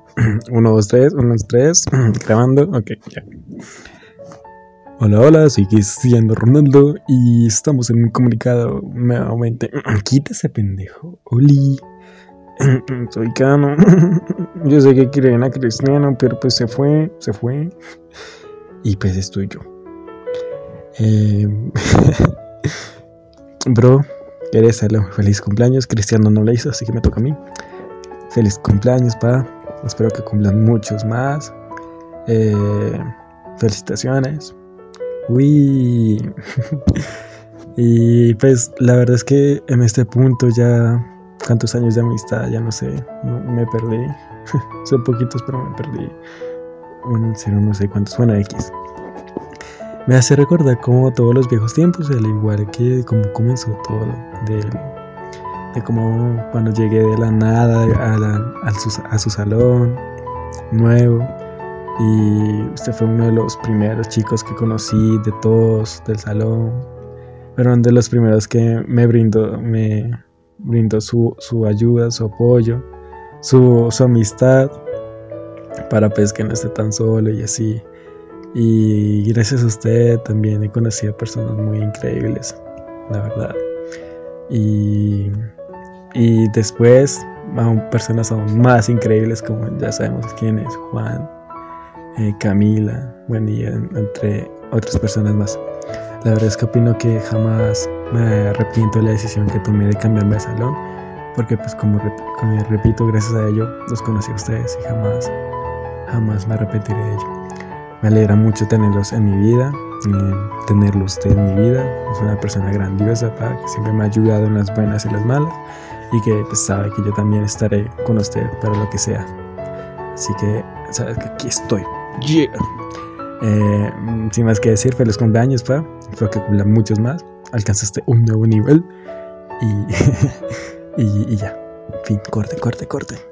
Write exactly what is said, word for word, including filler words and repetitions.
Uno, dos, tres, uno, dos, tres. Grabando, ok, ya. Hola, hola, soy Cristiano Ronaldo y estamos en un comunicado nuevamente. Quítese, pendejo. Oli. Soy Cano. Yo sé que quieren a Cristiano, pero pues se fue, se fue. Y pues estoy yo. Eh... Bro, querés darle un feliz cumpleaños. Cristiano no lo hizo, así que me toca a mí. Feliz cumpleaños, pa. Espero que cumplan muchos más. Eh, felicitaciones. Uy. Y pues la verdad es que en este punto ya cuántos años de amistad, ya no sé, no, me perdí. Son poquitos, pero me perdí. Bueno, no sé cuántos, bueno, X. Me hace recordar como todos los viejos tiempos, al igual que como comenzó todo, de, de como cuando llegué de la nada a, la, a, su, a su salón nuevo. Y usted fue uno de los primeros chicos que conocí de todos del salón. Fueron de los primeros que me brindó, me brindó su, su ayuda, su apoyo, su, su amistad, para pues que no esté tan solo y así. Y gracias a usted también he conocido personas muy increíbles, la verdad. Y, y después aún personas aún más increíbles, como ya sabemos quién es, Juan, eh, Camila, bueno, y entre otras personas más. La verdad es que opino que jamás me arrepiento de la decisión que tomé de cambiarme de salón, porque pues como, rep- como repito, gracias a ello los conocí a ustedes y jamás, jamás me arrepentiré de ello. Me alegra mucho tenerlos en mi vida, eh, tenerlo usted en mi vida. Es una persona grandiosa, ¿para? Que siempre me ha ayudado en las buenas y las malas, y que pues, sabe que yo también estaré con usted para lo que sea. Así que sabes que aquí estoy. Yeah. Eh, sin más que decir, feliz cumpleaños, pa. Espero que cumplan muchos más. Alcanzaste un nuevo nivel y, y, y ya. Fin, corte, corte, corte.